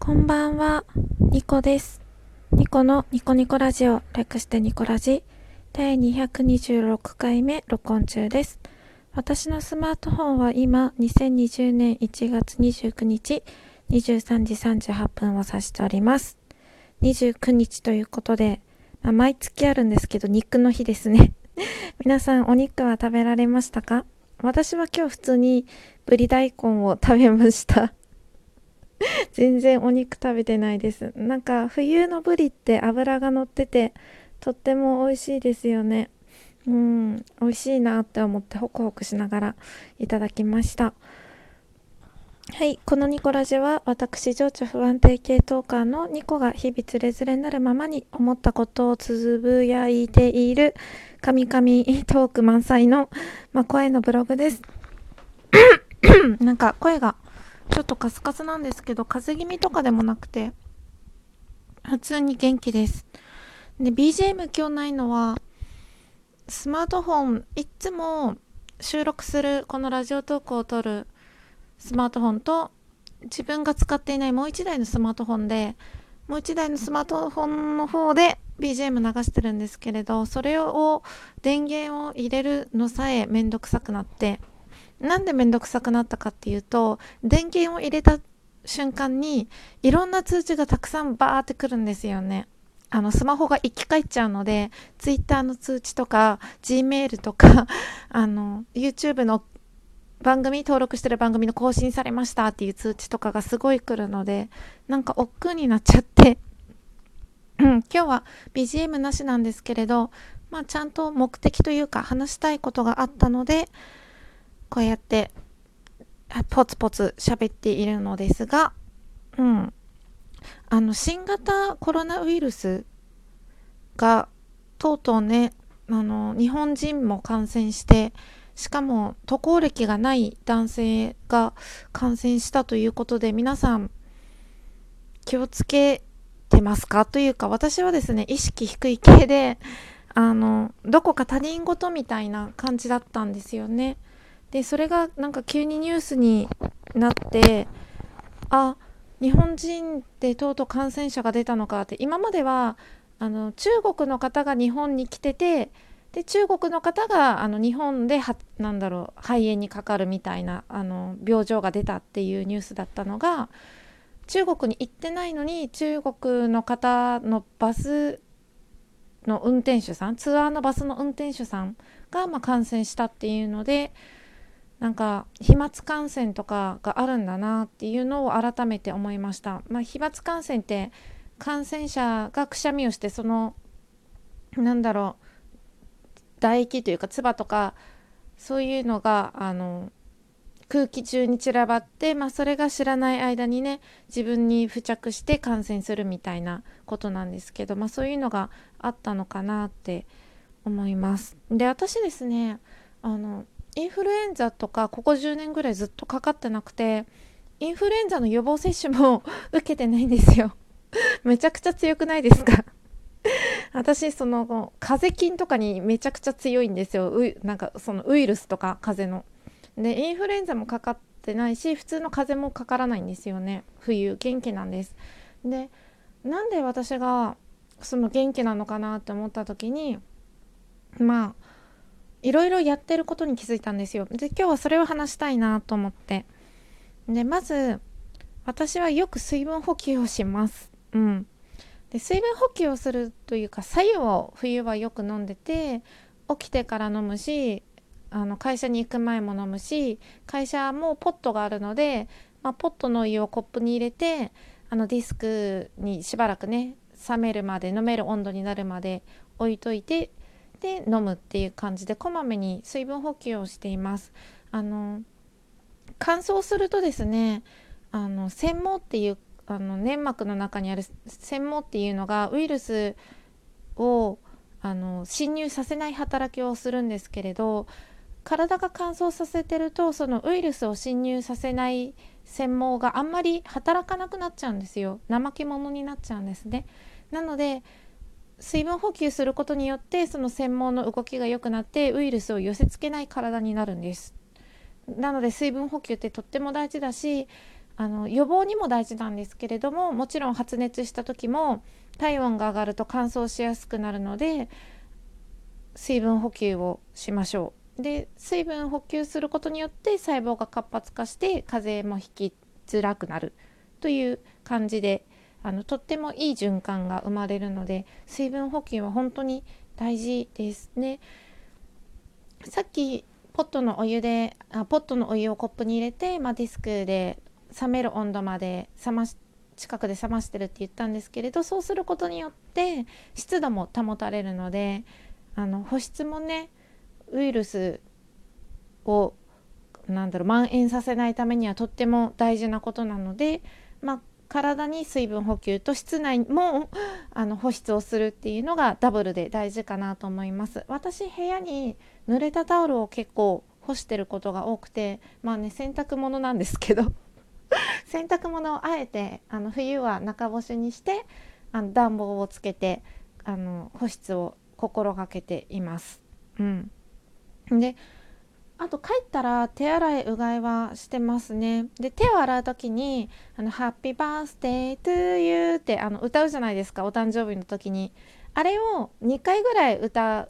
こんばんは、ニコです。ニコのニコニコラジオ、略してニコラジ、第226回目録音中です。私のスマートフォンは今、2020年1月29日、23時38分を指しております。29日ということで、毎月あるんですけど、肉の日ですね。皆さん、お肉は食べられましたか？私は今日普通にぶり大根を食べました。全然お肉食べてないです。なんか冬のブリって脂が乗っててとっても美味しいですよね。美味しいなって思ってホクホクしながらいただきました。はい、このニコラジは私情緒不安定系トーカーのニコが日々つれづれなるままに思ったことをつぶやいている神々トーク満載の、声のブログです。なんか声がちょっとカスカスなんですけど、風邪気味とかでもなくて普通に元気です。で BGM 今日ないのは、スマートフォンいつも収録するこのラジオトークを撮るスマートフォンと、自分が使っていないもう一台のスマートフォンで、もう一台のスマートフォンの方で BGM 流してるんですけれど、それを電源を入れるのさえめんどくさくなって、なんでめんどくさくなったかっていうと、電源を入れた瞬間にいろんな通知がたくさんバーってくるんですよね。スマホが生き返っちゃうので、Twitter の通知とか Gmail とかYouTube の登録してる番組の更新されましたっていう通知とかがすごい来るので、なんか億劫になっちゃって今日は BGM なしなんですけれど、ちゃんと目的というか話したいことがあったので、こうやってポツポツ喋っているのですが、新型コロナウイルスがとうとうね、日本人も感染して、しかも渡航歴がない男性が感染したということで、皆さん気をつけてますか？というか、私はですね、意識低い系で、どこか他人事みたいな感じだったんですよね。でそれがなんか急にニュースになって、日本人でとうとう感染者が出たのかって。今までは中国の方が日本に来てて、で中国の方が日本で肺炎にかかるみたいな病状が出たっていうニュースだったのが、中国に行ってないのに中国の方のバスの運転手さん、ツアーのバスの運転手さんが感染したっていうので、なんか飛沫感染とかがあるんだなっていうのを改めて思いました。飛沫感染って感染者がくしゃみをして、その唾液というか唾とかそういうのが空気中に散らばって、それが知らない間にね、自分に付着して感染するみたいなことなんですけど、そういうのがあったのかなって思います。で、私ですね、インフルエンザとかここ10年ぐらいずっとかかってなくて、インフルエンザの予防接種も受けてないんですよ。めちゃくちゃ強くないですか？私その風邪菌とかにめちゃくちゃ強いんですよ。なんかそのウイルスとか風邪の。でインフルエンザもかかってないし、普通の風邪もかからないんですよね。冬元気なんです。でなんで私がその元気なのかなって思った時に、いろいろやってることに気づいたんですよ。で今日はそれを話したいなと思って、でまず私はよく水分補給をします。で水分補給をするというか、白湯を冬はよく飲んでて、起きてから飲むし、会社に行く前も飲むし、会社もポットがあるので、ポットのお湯をコップに入れて、ディスクにしばらくね、冷めるまで、飲める温度になるまで置いといて、で飲むっていう感じでこまめに水分補給をしています。乾燥するとですね、繊毛っていう粘膜の中にある繊毛っていうのがウイルスを侵入させない働きをするんですけれど、体が乾燥させてると、そのウイルスを侵入させない繊毛があんまり働かなくなっちゃうんですよ。怠け者になっちゃうんですね。なので水分補給することによって、その繊毛の動きが良くなってウイルスを寄せ付けない体になるんです。なので水分補給ってとっても大事だし、 予防にも大事なんですけれども、もちろん発熱した時も体温が上がると乾燥しやすくなるので、水分補給をしましょう。で、水分補給することによって細胞が活発化して風邪もひきづらくなるという感じで、とってもいい循環が生まれるので、水分補給は本当に大事ですね。さっきポットのお湯をコップに入れて、ディスクで冷める温度まで近くで冷ましてるって言ったんですけれど、そうすることによって湿度も保たれるので、保湿もね、ウイルスを蔓延させないためにはとっても大事なことなので、体に水分補給と室内も保湿をするっていうのがダブルで大事かなと思います。私、部屋に濡れたタオルを結構干してることが多くて、洗濯物なんですけど洗濯物をあえて冬は中干しにして暖房をつけて保湿を心がけています。で、あと帰ったら手洗いうがいはしてますね。で、手を洗う時にハッピーバースデートゥーユーって歌うじゃないですか、お誕生日の時に。あれを2回ぐらい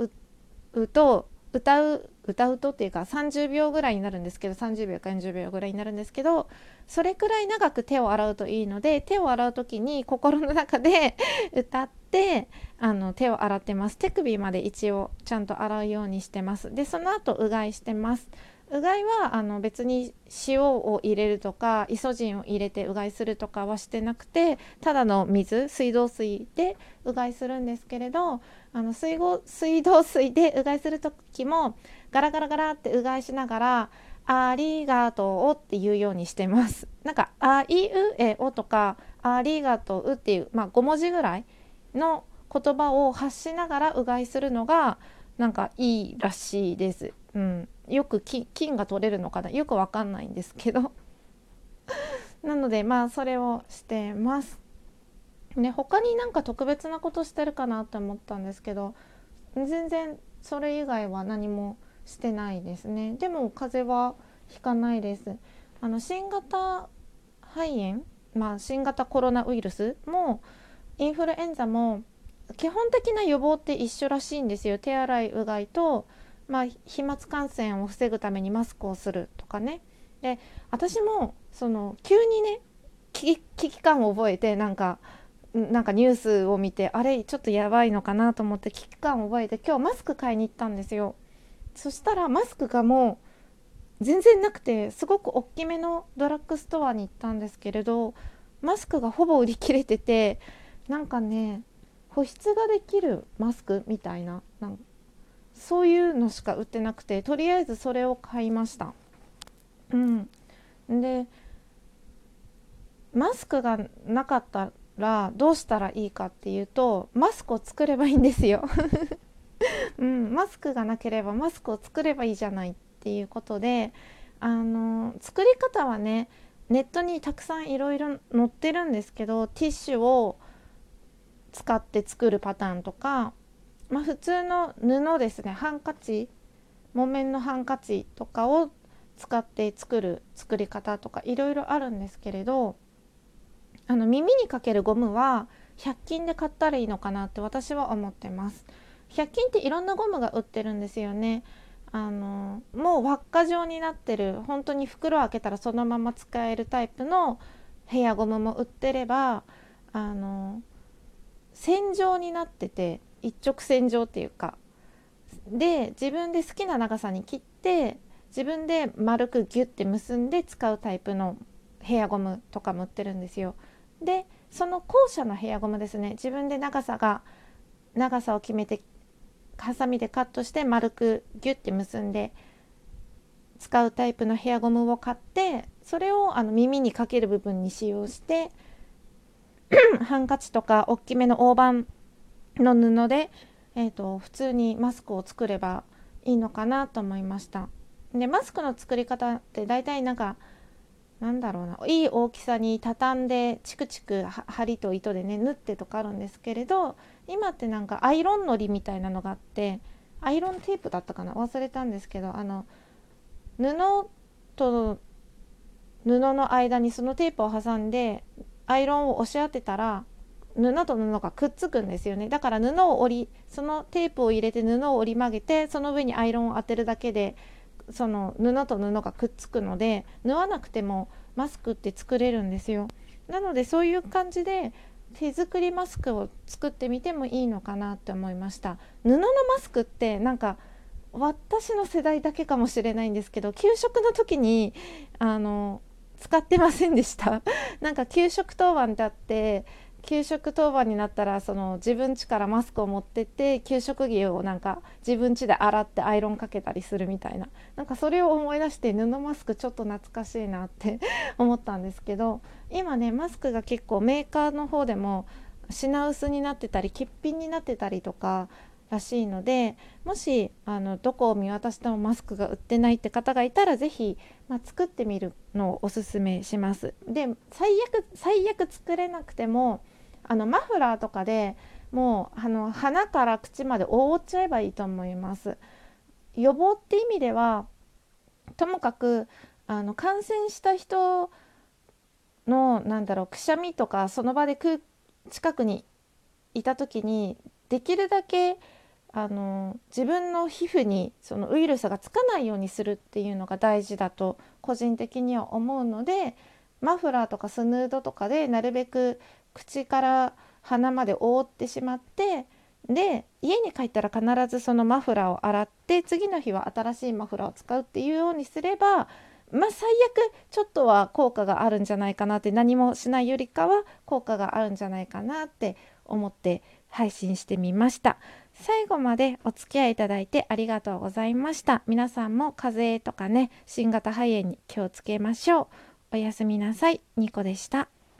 歌うとっていうか30秒ぐらいになるんですけど、30秒か40秒ぐらいになるんですけど、それくらい長く手を洗うといいので、手を洗う時に心の中で歌って手を洗ってます。手首まで一応ちゃんと洗うようにしてます。で、その後うがいしてます。うがいは別に塩を入れるとかイソジンを入れてうがいするとかはしてなくて、ただの水道水でうがいするんですけれど、水道水でうがいする時もガラガラガラってうがいしながらありがとうって言うようにしてます。あいうえおとかありがとうっていう、5文字ぐらいの言葉を発しながらうがいするのがいいらしいです。よく金が取れるのかな、よくわかんないんですけどなのでそれをしてます。ね、他に特別なことしてるかなって思ったんですけど、全然それ以外は何もしてないですね。でも風邪はひかないです。新型肺炎、新型コロナウイルスもインフルエンザも基本的な予防って一緒らしいんですよ。手洗いうがいと、飛沫感染を防ぐためにマスクをするとかね。で、私も急にね、危機感を覚えてニュースを見て、あれちょっとやばいのかなと思って危機感を覚えて、今日マスク買いに行ったんですよ。そしたらマスクがもう全然なくて、すごく大きめのドラッグストアに行ったんですけれど、マスクがほぼ売り切れてて、保湿ができるマスクみたいな、そういうのしか売ってなくて、とりあえずそれを買いました。で、マスクがなかったらどうしたらいいかっていうと、マスクを作ればいいんですよマスクがなければマスクを作ればいいじゃないっていうことで、作り方はね、ネットにたくさんいろいろ載ってるんですけど、ティッシュを使って作るパターンとか、普通の布ですね、ハンカチ、木綿のハンカチとかを使って作る作り方とかいろいろあるんですけれど、耳にかけるゴムは100均で買ったらいいのかなって私は思ってます。100均っていろんなゴムが売ってるんですよね。もう輪っか状になってる、本当に袋開けたらそのまま使えるタイプのヘアゴムも売ってれば、線状になってて、一直線上っていうかで、自分で好きな長さに切って自分で丸くギュッて結んで使うタイプのヘアゴムとかも売ってるんですよ。で、その後者のヘアゴムですね、自分で長さを決めてハサミでカットして丸くギュッて結んで使うタイプのヘアゴムを買って、それを耳にかける部分に使用してハンカチとか大きめの大判の布で、普通にマスクを作ればいいのかなと思いました。で、マスクの作り方って大体いい大きさに畳んでチクチク針と糸でね縫ってとかあるんですけれど、今ってアイロンのりみたいなのがあって、アイロンテープだったかな、忘れたんですけど、布と布の間にそのテープを挟んでアイロンを押し当てたら布と布がくっつくんですよね。だからそのテープを入れて布を折り曲げてその上にアイロンを当てるだけでその布と布がくっつくので、縫わなくてもマスクって作れるんですよ。なのでそういう感じで手作りマスクを作ってみてもいいのかなって思いました。布のマスクってなんか私の世代だけかもしれないんですけど、給食の時に使ってませんでしたなんか給食当番ってあって、給食当番になったらその自分家からマスクを持ってって給食着をなんか自分家で洗ってアイロンかけたりするみたいな、なんかそれを思い出して布マスクちょっと懐かしいなって思ったんですけど、今ねマスクが結構メーカーの方でも品薄になってたり欠品になってたりとからしいので、もしどこを見渡してもマスクが売ってないって方がいたらぜひ、作ってみるのをおすすめします。で最悪作れなくてもマフラーとかでもう鼻から口まで覆っちゃえばいいと思います。予防って意味ではともかく感染した人のくしゃみとかその場で近くにいた時にできるだけ自分の皮膚にそのウイルスがつかないようにするっていうのが大事だと個人的には思うので、マフラーとかスヌードとかでなるべく口から鼻まで覆ってしまって、で家に帰ったら必ずそのマフラーを洗って次の日は新しいマフラーを使うっていうようにすれば、最悪ちょっとは効果があるんじゃないかなって、何もしないよりかは効果があるんじゃないかなって思って配信してみました。最後までお付き合いいただいてありがとうございました。皆さんも風邪とかね、新型肺炎に気をつけましょう。おやすみなさい。ニコでした。